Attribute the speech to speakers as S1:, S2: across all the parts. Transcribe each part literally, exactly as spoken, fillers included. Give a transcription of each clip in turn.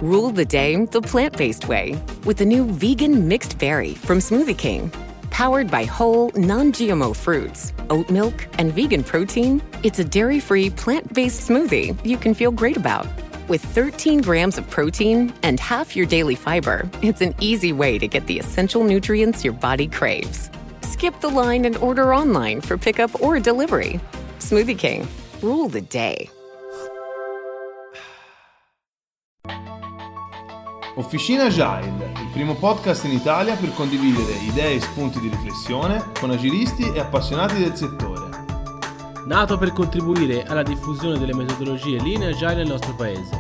S1: Rule the day the plant-based way with the new vegan mixed berry from Smoothie King. Powered by whole, non-G M O fruits, oat milk, and vegan protein, it's a dairy-free, plant-based smoothie you can feel great about. With thirteen grams of protein and half your daily fiber, it's an easy way to get the essential nutrients your body craves. Skip the line and order online for pickup or delivery. Smoothie King. Rule the day.
S2: Officina Agile, il primo podcast in Italia per condividere idee e spunti di riflessione con agilisti e appassionati del settore.
S3: Nato per contribuire alla diffusione delle metodologie Lean e Agile nel nostro paese.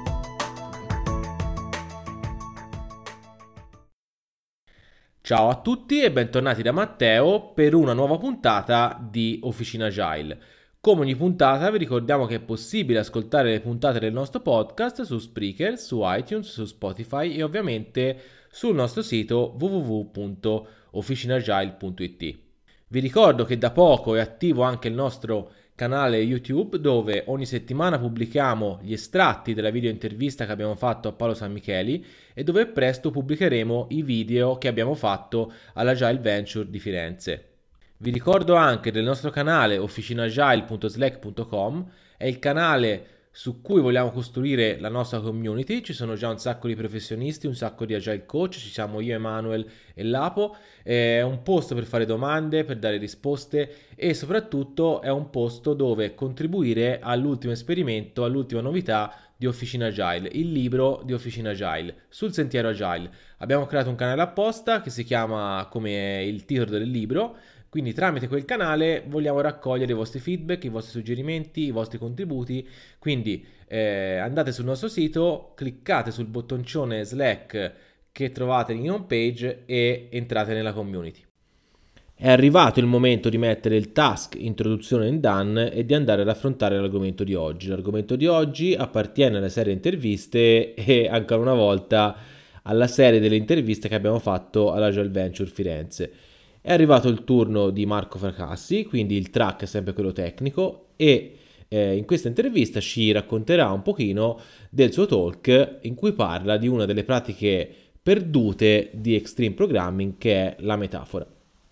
S3: Ciao a tutti e bentornati da Matteo per una nuova puntata di Officina Agile. Come ogni puntata vi ricordiamo che è possibile ascoltare le puntate del nostro podcast su Spreaker, su iTunes, su Spotify e ovviamente sul nostro sito w w w punto officinagile punto i t. Vi ricordo che da poco è attivo anche il nostro canale YouTube dove ogni settimana pubblichiamo gli estratti della video intervista che abbiamo fatto a Paolo San Micheli e dove presto pubblicheremo i video che abbiamo fatto all'Agile Venture di Firenze. Vi ricordo anche del nostro canale officinagile punto slack punto com, è il canale su cui vogliamo costruire la nostra community. Ci sono già un sacco di professionisti, un sacco di agile coach, ci siamo io, Emanuel e Lapo. È un posto per fare domande, per dare risposte e soprattutto è un posto dove contribuire all'ultimo esperimento, all'ultima novità di Officina Agile, il libro di Officina Agile, sul sentiero Agile. Abbiamo creato un canale apposta che si chiama come il titolo del libro. Quindi tramite quel canale vogliamo raccogliere i vostri feedback, i vostri suggerimenti, i vostri contributi. Quindi eh, andate sul nostro sito, cliccate sul bottoncione Slack che trovate in home page e entrate nella community. È arrivato il momento di mettere il task introduzione in done e di andare ad affrontare l'argomento di oggi. L'argomento di oggi appartiene alla serie interviste e ancora una volta alla serie delle interviste che abbiamo fatto all'Agile Venture Firenze. È arrivato il turno di Marco Fracassi, quindi il track è sempre quello tecnico e eh, in questa intervista ci racconterà un pochino del suo talk in cui parla di una delle pratiche perdute di extreme programming che è la metafora.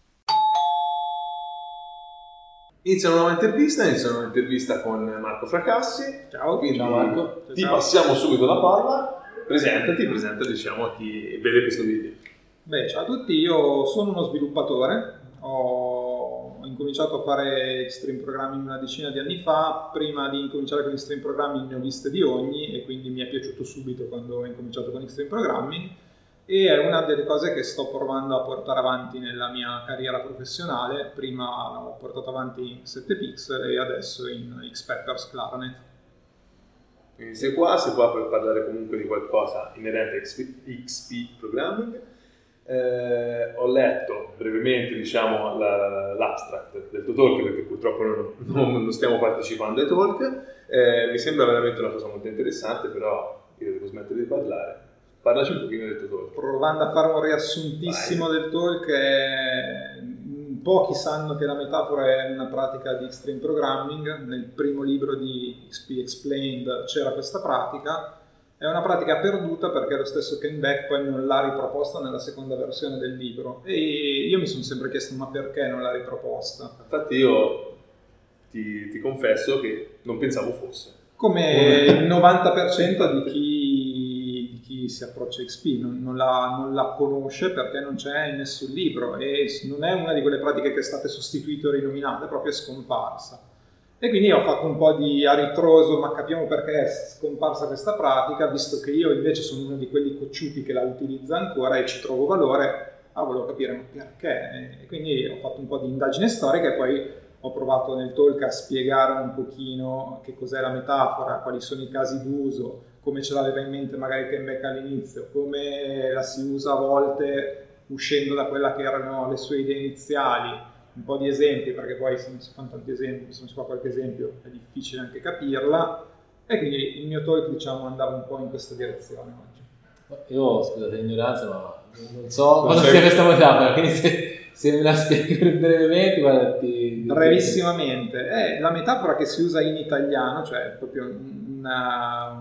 S2: Inizia una nuova intervista, inizia una nuova intervista con Marco Fracassi.
S4: Ciao,
S2: quindi
S4: ciao Marco.
S2: Ti
S4: ciao.
S2: Passiamo subito la palla. Presentati, presenta diciamo a chi vede questo video.
S4: Beh, ciao a tutti, io sono uno sviluppatore, ho incominciato a fare extreme programming una decina di anni fa. Prima di incominciare con extreme programming ne ho viste di ogni e quindi mi è piaciuto subito quando ho incominciato con extreme programming e è una delle cose che sto provando a portare avanti nella mia carriera professionale. Prima l'ho portato avanti in sette pixel e adesso in Xpeppers Claranet.
S2: Quindi sei qua, sei qua per parlare comunque di qualcosa inerente a X P programming. Eh, ho letto brevemente diciamo la, l'abstract del tuo talk perché purtroppo non, non, non stiamo partecipando ai talk. Eh, mi sembra veramente una cosa molto interessante, però io devo smettere di parlare. Parlaci un pochino del tuo talk.
S4: Provando a fare un riassuntissimo Vai. del talk, eh, pochi sanno che la metafora è una pratica di extreme programming. Nel primo libro di X P Explained c'era questa pratica. È una pratica perduta perché lo stesso Ken Beck poi non l'ha riproposta nella seconda versione del libro e io mi sono sempre chiesto ma perché non l'ha riproposta?
S2: Infatti io ti, ti confesso che non pensavo fosse.
S4: Come il novanta per cento di chi, di chi si approccia a X P non, non, la, non la conosce perché non c'è in nessun libro e non è una di quelle pratiche che è state sostituite o rinominate, proprio è scomparsa. E quindi ho fatto un po' di a ritroso, ma capiamo perché è scomparsa questa pratica, visto che io invece sono uno di quelli cocciuti che la utilizza ancora e ci trovo valore. Ah, volevo capire ma perché? E quindi ho fatto un po' di indagine storica e poi ho provato nel talk a spiegare un pochino che cos'è la metafora, quali sono i casi d'uso, come ce l'aveva in mente magari Ken Beck all'inizio, come la si usa a volte uscendo da quella che erano le sue idee iniziali. Un po' di esempi, perché poi se non si fanno tanti esempi, se non si fa qualche esempio è difficile anche capirla, e quindi il mio talk diciamo andava un po' in questa direzione oggi.
S3: Io, scusate l'ignoranza, ma non so cosa sia questa metafora, quindi se, se me la spieghi brevemente, guarda, ti...
S4: Brevissimamente, è la metafora che si usa in italiano, cioè proprio una,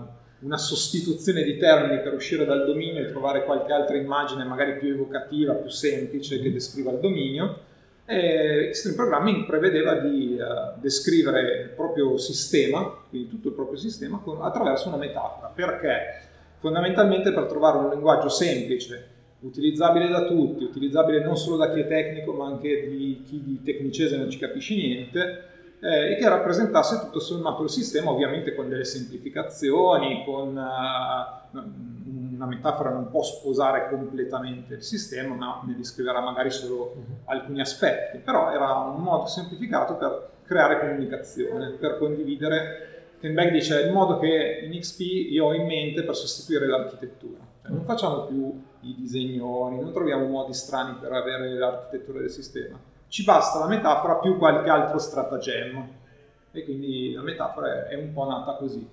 S4: una sostituzione di termini per uscire dal dominio e trovare qualche altra immagine magari più evocativa, più semplice che descriva il dominio. E Extreme Programming prevedeva di uh, descrivere il proprio sistema, quindi tutto il proprio sistema, con, attraverso una metafora. Perché? Fondamentalmente per trovare un linguaggio semplice, utilizzabile da tutti, utilizzabile non solo da chi è tecnico ma anche di chi di tecnicese non ci capisce niente, eh, e che rappresentasse tutto sommato il sistema, ovviamente con delle semplificazioni, con uh, una metafora non può sposare completamente il sistema, ma ne descriverà magari solo alcuni aspetti, però era un modo semplificato per creare comunicazione, per condividere. Ten Beck dice il modo che in X P io ho in mente per sostituire l'architettura, cioè, non facciamo più i disegnoni, non troviamo modi strani per avere l'architettura del sistema, ci basta la metafora più qualche altro stratagemma, e quindi la metafora è un po' nata così.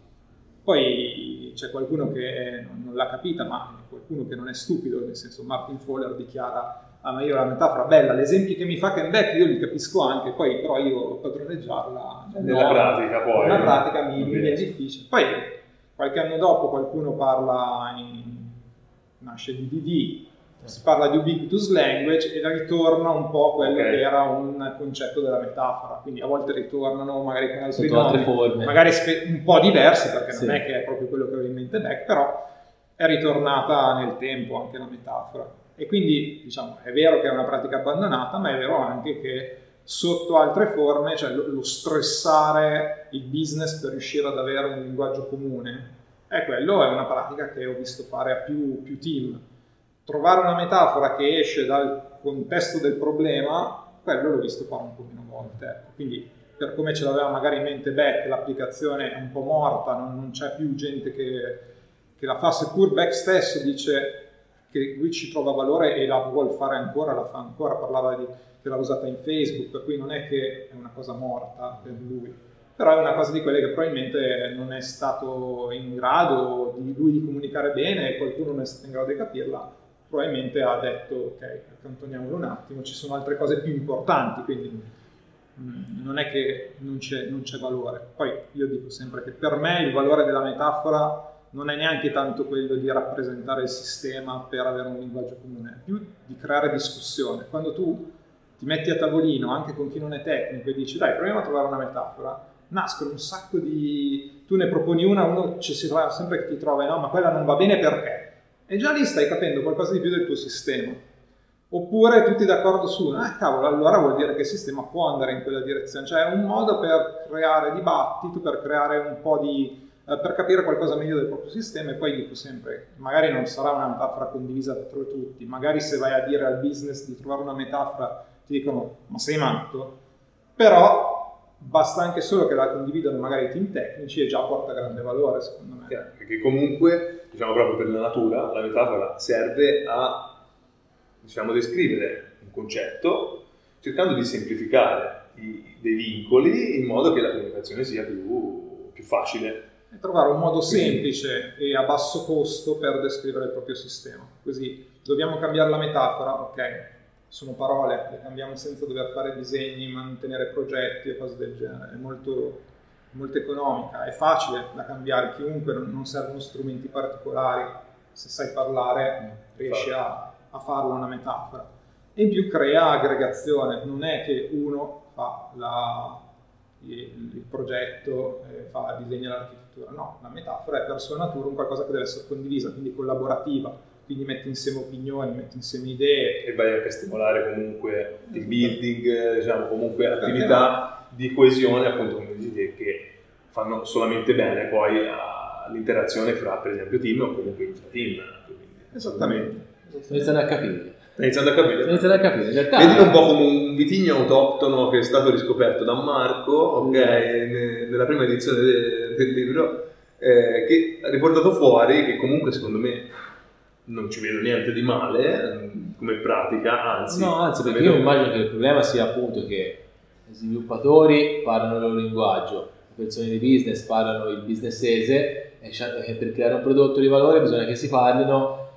S4: Poi c'è qualcuno che non l'ha capita, ma qualcuno che non è stupido, nel senso Martin Fowler dichiara ah ma io la metafora bella, gli esempi che mi fa Ken Beck io li capisco anche, poi però io padroneggiarla
S2: nella
S4: no,
S2: pratica poi
S4: nella pratica mi, mi è difficile. Poi qualche anno dopo qualcuno parla in, nasce di D D, si parla di ubiquitous language e ritorna un po' quello okay. che era un concetto della metafora, quindi a volte ritornano magari con altri
S3: sotto
S4: nomi,
S3: altre forme,
S4: magari spe- un po' diversi, perché
S3: sì.
S4: non è che è proprio quello che aveva in mente Beck, però è ritornata nel tempo anche la metafora. E quindi diciamo è vero che è una pratica abbandonata, ma è vero anche che sotto altre forme, cioè lo, lo stressare il business per riuscire ad avere un linguaggio comune, è quello, è una pratica che ho visto fare a più, più team. Trovare una metafora che esce dal contesto del problema, quello l'ho visto fare un po' meno volte. Ecco. Quindi per come ce l'aveva magari in mente Beck, l'applicazione è un po' morta, non, non c'è più gente che, che la fa, seppur Beck stesso dice che lui ci trova valore e la vuol fare ancora, la fa ancora, parlava di, che l'ha usata in Facebook, per cui non è che è una cosa morta per lui, però è una cosa di quelle che probabilmente non è stato in grado di lui di comunicare bene e qualcuno non è stato in grado di capirla, probabilmente ha detto ok, accantoniamolo un attimo, ci sono altre cose più importanti, quindi mh, non è che non c'è, non c'è valore. Poi io dico sempre che per me il valore della metafora non è neanche tanto quello di rappresentare il sistema per avere un linguaggio comune, è più di creare discussione. Quando tu ti metti a tavolino anche con chi non è tecnico e dici dai proviamo a trovare una metafora, nascono un sacco di... tu ne proponi una, uno ci si trova sempre che ti trova no ma quella non va bene perché? E già lì stai capendo qualcosa di più del tuo sistema. Oppure tutti d'accordo su ah cavolo, allora vuol dire che il sistema può andare in quella direzione, cioè è un modo per creare dibattito, per creare un po' di... per capire qualcosa meglio del proprio sistema. E poi dico sempre, magari non sarà una metafora condivisa da tutti, magari se vai a dire al business di trovare una metafora ti dicono ma sei matto, però basta anche solo che la condividano magari i team tecnici e già porta grande valore secondo me.
S2: Yeah, perché comunque, diciamo proprio per la natura, la metafora serve a, diciamo, descrivere un concetto cercando di semplificare i, dei vincoli in modo che la comunicazione sia più, più facile.
S4: E trovare un modo semplice e a basso costo per descrivere il proprio sistema. Così dobbiamo cambiare la metafora, ok, sono parole, le cambiamo senza dover fare disegni, mantenere progetti e cose del genere, è molto, molto economica, è facile da cambiare, chiunque, non servono strumenti particolari, se sai parlare riesci a, a farlo una metafora. E in più crea aggregazione, non è che uno fa la, il, il progetto, eh, fa, disegna l'architettura, no, la metafora è per sua natura un qualcosa che deve essere condivisa, quindi collaborativa. Quindi metti insieme opinioni, metti insieme idee.
S2: E vai anche a stimolare comunque team building, diciamo comunque attività di coesione, appunto come dici te, che fanno solamente bene poi all'interazione fra per esempio team o comunque intra-team.
S4: Esattamente.
S3: Sto iniziando a capire.
S2: Stai iniziando a capire?
S3: Sto iniziando a capire. In realtà...
S2: Vedilo un po' come un vitigno autoctono che è stato riscoperto da Marco, ok, mm. nella prima edizione del, del libro, eh, che ha riportato fuori che comunque secondo me non ci vedo niente di male come pratica, anzi...
S3: No, anzi, perché io immagino che il problema sia appunto che gli sviluppatori parlano il loro linguaggio, le persone di business parlano il businessese, e per creare un prodotto di valore bisogna che si parlino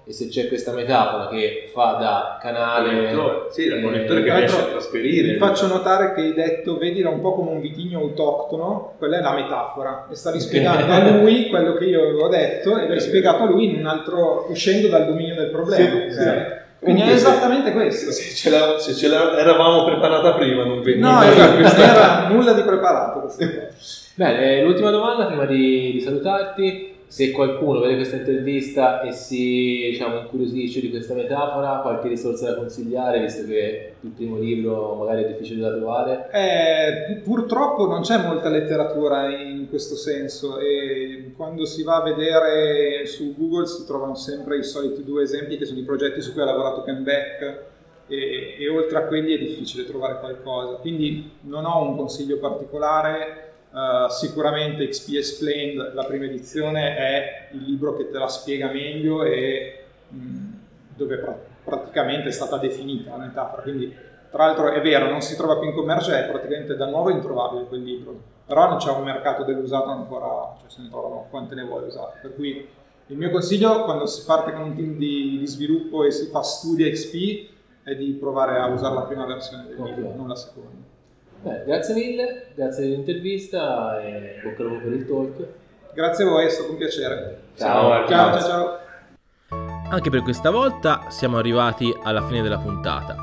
S3: e se c'è questa metafora che fa da canale,
S2: connettore, sì, da connettore
S4: eh,
S2: che riesce
S4: altro,
S2: a trasferire.
S4: Vi faccio notare che hai detto vedila un po' come un vitigno autoctono, quella è la metafora, e stavi spiegando a lui quello che io avevo detto e l'hai spiegato a lui in un altro, uscendo dal dominio del problema.
S2: Sì,
S4: okay?
S2: sì.
S4: Quindi è esattamente questo.
S2: Se ce, la, se ce la eravamo preparata prima, non veniva.
S4: No, esatto, non era nulla di preparato.
S3: Bene, l'ultima domanda prima di, di salutarti: se qualcuno vede questa intervista e si, diciamo, incuriosisce di questa metafora, qualche risorsa da consigliare, visto che il primo libro magari è difficile da trovare?
S4: Eh, purtroppo non c'è molta letteratura in questo senso, e quando si va a vedere su Google si trovano sempre i soliti due esempi, che sono i progetti su cui ha lavorato Ken Beck, e, e oltre a quelli è difficile trovare qualcosa, quindi non ho un consiglio particolare. Uh, sicuramente X P Explained, la prima edizione, è il libro che te la spiega meglio e mh, dove pra- praticamente è stata definita la metafora. Quindi, tra l'altro, è vero, non si trova più in commercio, è praticamente da nuovo introvabile quel libro, però non c'è un mercato dell'usato ancora, cioè se ne trovano quante ne vuoi usate. Per cui il mio consiglio, quando si parte con un team di, di sviluppo e si fa studi X P, è di provare a usare la prima versione del
S3: Okay.
S4: libro, non la seconda.
S3: Beh, grazie mille, grazie dell'intervista e bocca al lupo per il talk.
S4: Grazie a voi, è stato un piacere.
S3: Ciao.
S4: Ciao, ciao, ciao.
S3: Anche per questa volta siamo arrivati alla fine della puntata.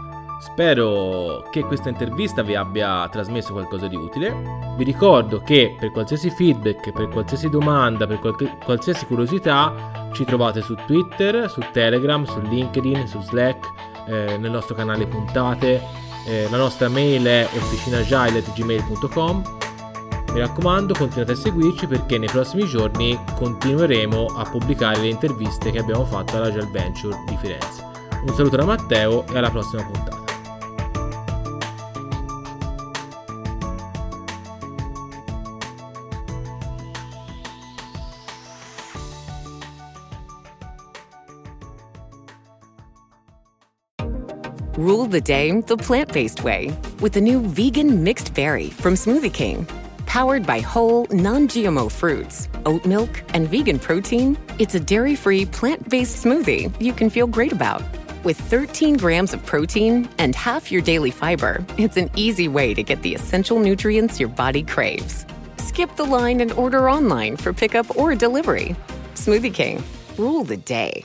S3: Spero che questa intervista vi abbia trasmesso qualcosa di utile. Vi ricordo che per qualsiasi feedback, per qualsiasi domanda, per qualche, qualsiasi curiosità, ci trovate su Twitter, su Telegram, su LinkedIn, su Slack, eh, nel nostro canale puntate. Eh, la nostra mail è officinagile at gmail punto com. Mi raccomando, continuate a seguirci perché nei prossimi giorni continueremo a pubblicare le interviste che abbiamo fatto alla Agile Venture di Firenze. Un saluto da Matteo e alla prossima puntata.
S1: Rule the day the plant-based way with the new vegan mixed berry from Smoothie King. Powered by whole, non-G M O fruits, oat milk, and vegan protein, it's a dairy-free, plant-based smoothie you can feel great about. With thirteen grams of protein and half your daily fiber, it's an easy way to get the essential nutrients your body craves. Skip the line and order online for pickup or delivery. Smoothie King. Rule the day.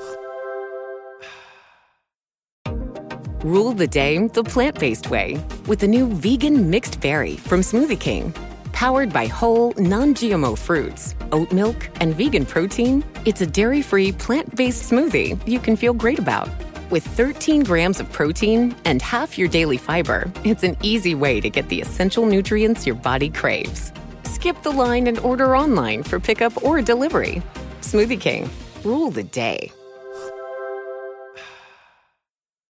S1: Rule the day the plant-based way with the new vegan mixed berry from Smoothie King. Powered by whole, non-G M O fruits, oat milk, and vegan protein, it's a dairy-free, plant-based smoothie you can feel great about. With thirteen grams of protein and half your daily fiber, it's an easy way to get the essential nutrients your body craves. Skip the line and order online for pickup or delivery. Smoothie King. Rule the day.